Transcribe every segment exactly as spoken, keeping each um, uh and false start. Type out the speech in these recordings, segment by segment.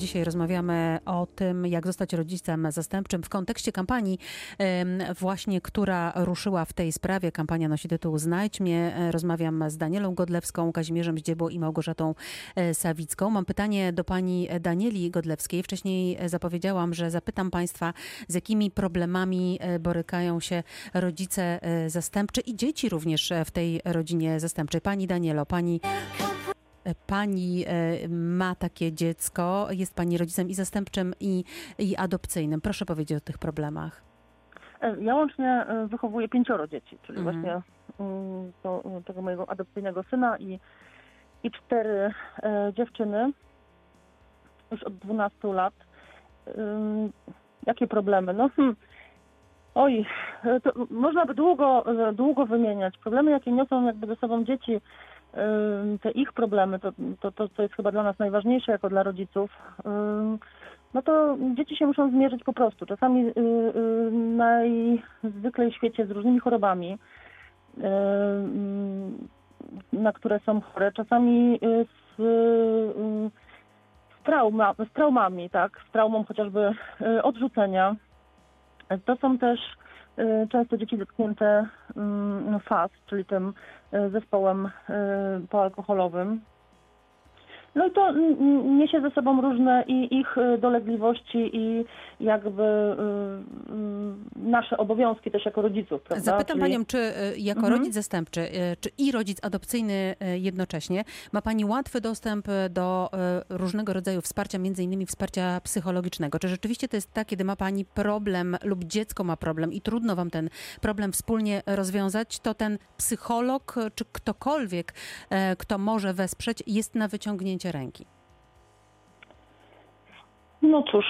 Dzisiaj rozmawiamy o tym, jak zostać rodzicem zastępczym w kontekście kampanii właśnie, która ruszyła w tej sprawie. Kampania nosi tytuł Znajdź mnie. Rozmawiam z Danielą Godlewską, Kazimierzem Zdziebą i Małgorzatą Sawicką. Mam pytanie do pani Danieli Godlewskiej. Wcześniej zapowiedziałam, że zapytam państwa, z jakimi problemami borykają się rodzice zastępczy i dzieci również w tej rodzinie zastępczej. Pani Danielo, pani... Pani ma takie dziecko, jest pani rodzicem i zastępczym, i, i adopcyjnym. Proszę powiedzieć o tych problemach. Ja łącznie wychowuję pięcioro dzieci, czyli Mhm. właśnie to, tego mojego adopcyjnego syna i, i cztery e, dziewczyny już od dwunastu lat. Ym, jakie problemy? No, hmm, oj, to można by długo, długo wymieniać. Problemy, jakie niosą jakby ze sobą dzieci, te ich problemy, to, to, to, co jest chyba dla nas najważniejsze jako dla rodziców, no to dzieci się muszą zmierzyć po prostu. Czasami najzwyklej w świecie z różnymi chorobami, na które są chore, czasami z, z, trauma, z traumami, tak, z traumą chociażby odrzucenia. To są też często dzieci dotknięte F A S, czyli tym zespołem poalkoholowym. No i to niesie ze sobą różne i ich dolegliwości i jakby nasze obowiązki też jako rodziców, prawda? Zapytam Czyli... panią, czy jako Mhm. rodzic zastępczy, czy i rodzic adopcyjny jednocześnie, ma pani łatwy dostęp do różnego rodzaju wsparcia, między innymi wsparcia psychologicznego? Czy rzeczywiście to jest tak, kiedy ma pani problem lub dziecko ma problem i trudno wam ten problem wspólnie rozwiązać, to ten psycholog czy ktokolwiek, kto może wesprzeć, jest na wyciągnięcie ręki? No cóż,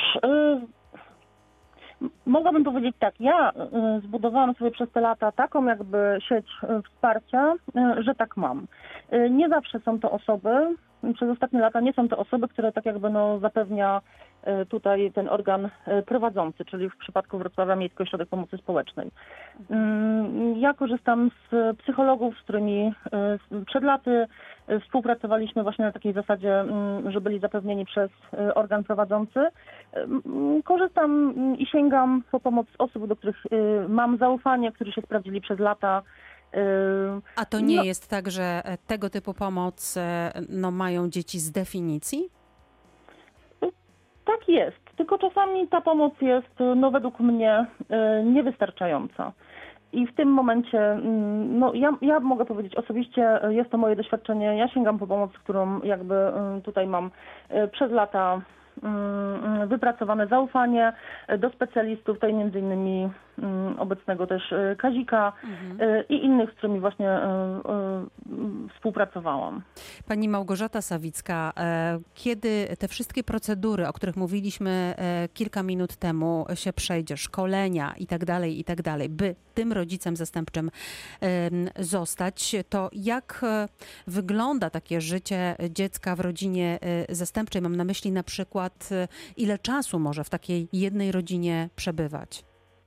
yy, mogłabym powiedzieć tak, ja yy, zbudowałam sobie przez te lata taką jakby sieć yy, wsparcia, yy, że tak mam. Yy, nie zawsze są to osoby, przez ostatnie lata nie są to osoby, które tak jakby no, zapewnia yy, tutaj ten organ yy, prowadzący, czyli w przypadku Wrocławia Miejski Ośrodek Pomocy Społecznej. Yy, ja korzystam z psychologów, z którymi yy, przed laty współpracowaliśmy właśnie na takiej zasadzie, że byli zapewnieni przez organ prowadzący. Korzystam i sięgam po pomoc osób, do których mam zaufanie, którzy się sprawdzili przez lata. A to nie no. jest tak, że tego typu pomoc no, mają dzieci z definicji? Tak jest, tylko czasami ta pomoc jest no, według mnie niewystarczająca. I w tym momencie, no ja, ja mogę powiedzieć osobiście, jest to moje doświadczenie, ja sięgam po pomoc, którą jakby tutaj mam przez lata wypracowane zaufanie do specjalistów, tutaj między innymi obecnego też Kazika mhm. i innych, z którymi właśnie współpracowałam. Pani Małgorzata Sawicka, kiedy te wszystkie procedury, o których mówiliśmy kilka minut temu, się przejdzie, szkolenia i tak dalej, i tak dalej, by tym rodzicem zastępczym zostać, to jak wygląda takie życie dziecka w rodzinie zastępczej? Mam na myśli na przykład, ile czasu może w takiej jednej rodzinie przebywać?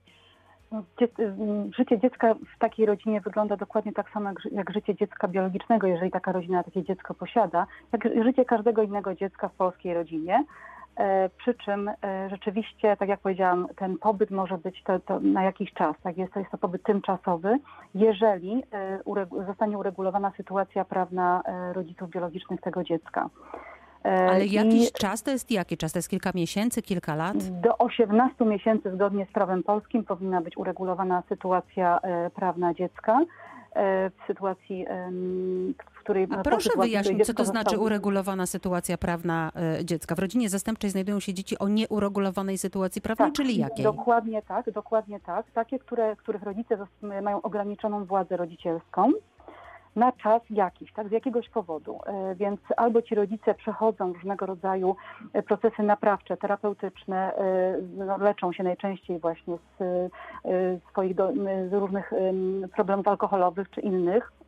Życie dziecka w takiej rodzinie wygląda dokładnie tak samo jak życie dziecka biologicznego, jeżeli taka rodzina takie dziecko posiada, jak życie każdego innego dziecka w polskiej rodzinie. Przy czym rzeczywiście, tak jak powiedziałam, ten pobyt może być to, to na jakiś czas. Tak jest, to jest to pobyt tymczasowy, jeżeli zostanie uregulowana sytuacja prawna rodziców biologicznych tego dziecka. Ale jakiś I czas to jest jaki czas? To jest kilka miesięcy, kilka lat? Do osiemnastu miesięcy zgodnie z prawem polskim powinna być uregulowana sytuacja prawna dziecka. W sytuacji, w której... A proszę wyjaśnić, co to znaczy uregulowana sytuacja prawna dziecka. W rodzinie zastępczej znajdują się dzieci o nieuregulowanej sytuacji prawnej, tak, czyli jakiej? Dokładnie tak, dokładnie tak. Takie, które, których rodzice mają ograniczoną władzę rodzicielską na czas jakiś, tak, z jakiegoś powodu. Więc albo ci rodzice przechodzą różnego rodzaju procesy naprawcze, terapeutyczne, no, leczą się najczęściej właśnie z swoich do, z różnych problemów alkoholowych czy innych.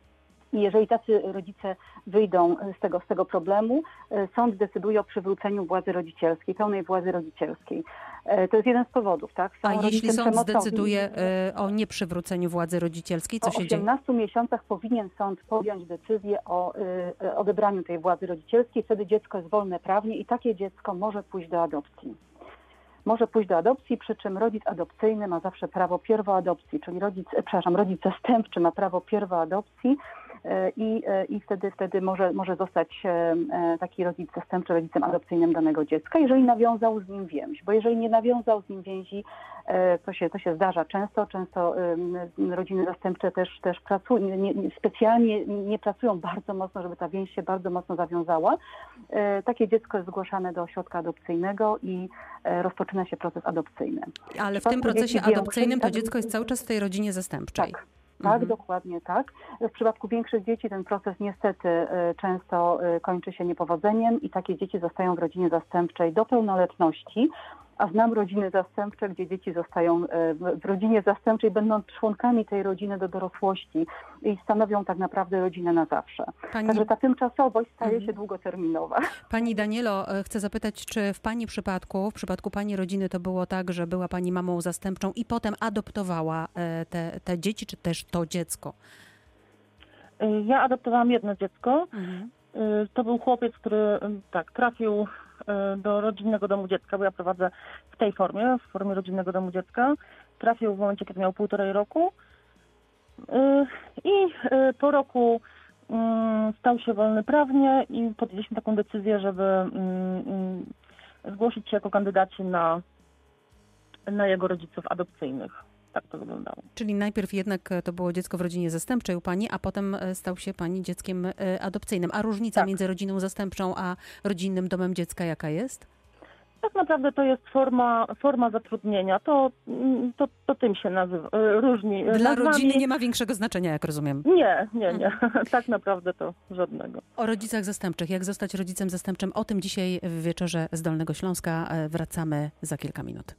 I jeżeli tacy rodzice wyjdą z tego, z tego problemu, sąd decyduje o przywróceniu władzy rodzicielskiej, pełnej władzy rodzicielskiej. To jest jeden z powodów, tak? Są A jeśli sąd zdecyduje o nieprzywróceniu władzy rodzicielskiej, co się dzieje? Po osiemnastu miesiącach powinien sąd podjąć decyzję o y, odebraniu tej władzy rodzicielskiej, wtedy dziecko jest wolne prawnie i takie dziecko może pójść do adopcji. Może pójść do adopcji, przy czym rodzic adopcyjny ma zawsze prawo pierwoadopcji, czyli rodzic, przepraszam, rodzic zastępczy ma prawo pierwoadopcji i, i wtedy, wtedy może, może zostać taki rodzic zastępczy rodzicem adopcyjnym danego dziecka, jeżeli nawiązał z nim więź. Bo jeżeli nie nawiązał z nim więzi, to się, to się zdarza często, często rodziny zastępcze też, też pracują, nie, nie, specjalnie nie pracują bardzo mocno, żeby ta więź się bardzo mocno zawiązała. Takie dziecko jest zgłaszane do ośrodka adopcyjnego i rozpoczyna się proces adopcyjny. Ale w tym procesie adopcyjnym to dziecko jest cały czas w tej rodzinie zastępczej. Tak. Tak, mhm. dokładnie tak. W przypadku większych dzieci ten proces niestety często kończy się niepowodzeniem i takie dzieci zostają w rodzinie zastępczej do pełnoletności. A znam rodziny zastępcze, gdzie dzieci zostają w rodzinie zastępczej, będą członkami tej rodziny do dorosłości i stanowią tak naprawdę rodzinę na zawsze. Pani... Także ta tymczasowość staje mhm. się długoterminowa. Pani Danielo, chcę zapytać, czy w Pani przypadku, w przypadku Pani rodziny to było tak, że była Pani mamą zastępczą i potem adoptowała te, te dzieci, czy też to dziecko? Ja adoptowałam jedno dziecko. Mhm. To był chłopiec, który tak trafił do rodzinnego domu dziecka, bo ja prowadzę w tej formie, w formie rodzinnego domu dziecka. Trafił w momencie, kiedy miał półtorej roku i po roku stał się wolny prawnie i podjęliśmy taką decyzję, żeby zgłosić się jako kandydaci na, na jego rodziców adopcyjnych. Tak to wyglądało. Czyli najpierw jednak to było dziecko w rodzinie zastępczej u Pani, a potem stał się Pani dzieckiem adopcyjnym. A różnica tak. między rodziną zastępczą a rodzinnym domem dziecka jaka jest? Tak naprawdę to jest forma, forma zatrudnienia. To, to, to tym się nazywa, różni. Dla Nazwami... rodziny nie ma większego znaczenia, jak rozumiem. Nie, nie, nie. Tak naprawdę to żadnego. O rodzicach zastępczych. Jak zostać rodzicem zastępczym? O tym dzisiaj w Wieczorze z Dolnego Śląska wracamy za kilka minut.